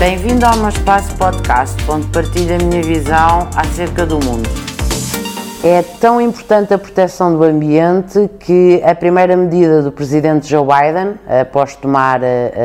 Bem-vindo ao meu espaço podcast, onde partilho a minha visão acerca do mundo. É tão importante a proteção do ambiente que a primeira medida do presidente Joe Biden, após tomar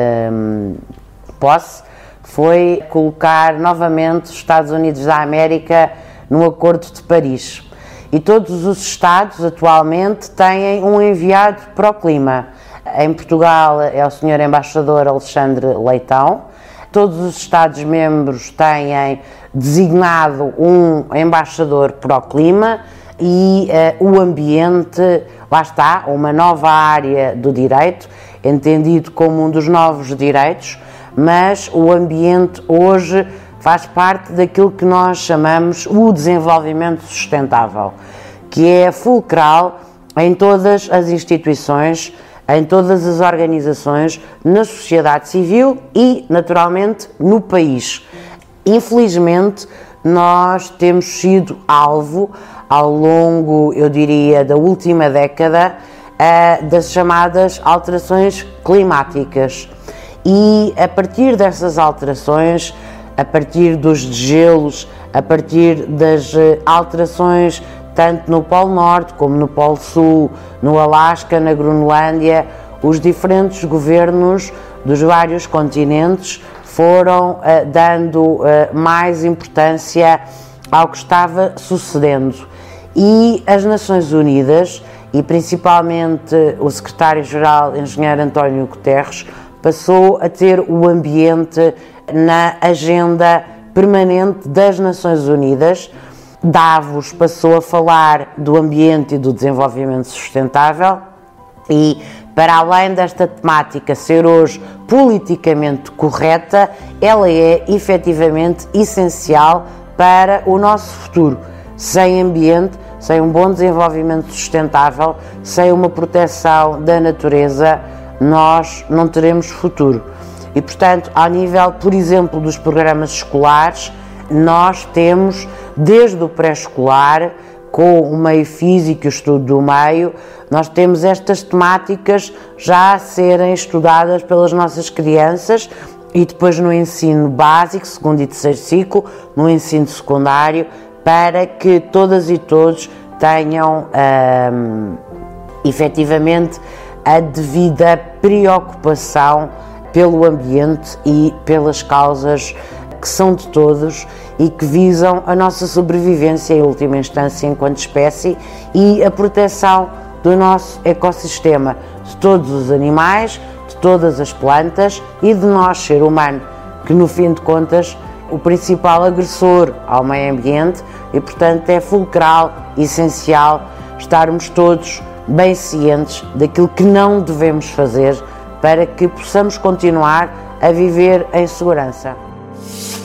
posse, foi colocar novamente os Estados Unidos da América no Acordo de Paris. E todos os Estados atualmente têm um enviado para o clima. Em Portugal é o Sr. Embaixador Alexandre Leitão. Todos os Estados-membros têm designado um embaixador para o clima e o ambiente, lá está, uma nova área do direito, entendido como um dos novos direitos, mas o ambiente hoje faz parte daquilo que nós chamamos o desenvolvimento sustentável, que é fulcral em todas as instituições, em todas as organizações, na sociedade civil e, naturalmente, no país. Infelizmente, nós temos sido alvo, ao longo, eu diria, da última década, das chamadas alterações climáticas. E, a partir dessas alterações, a partir dos degelos, a partir das alterações tanto no Polo Norte como no Polo Sul, no Alasca, na Groenlândia, os diferentes governos dos vários continentes foram dando mais importância ao que estava sucedendo. E as Nações Unidas, e principalmente o secretário-geral, engenheiro António Guterres, passou a ter o ambiente na agenda permanente das Nações Unidas. Davos passou a falar do ambiente e do desenvolvimento sustentável e, para além desta temática ser hoje politicamente correta, ela é efetivamente essencial para o nosso futuro. Sem ambiente, sem um bom desenvolvimento sustentável, sem uma proteção da natureza, nós não teremos futuro. E, portanto, ao nível, por exemplo, dos programas escolares, nós temos, desde o pré-escolar, com o meio físico e o estudo do meio, nós temos estas temáticas já a serem estudadas pelas nossas crianças e depois no ensino básico, segundo e terceiro ciclo, no ensino secundário, para que todas e todos tenham efetivamente a devida preocupação pelo ambiente e pelas causas que são de todos e que visam a nossa sobrevivência em última instância enquanto espécie e a proteção do nosso ecossistema, de todos os animais, de todas as plantas e de nós, ser humano, que no fim de contas o principal agressor ao meio ambiente e, portanto, é fulcral, essencial estarmos todos bem cientes daquilo que não devemos fazer para que possamos continuar a viver em segurança.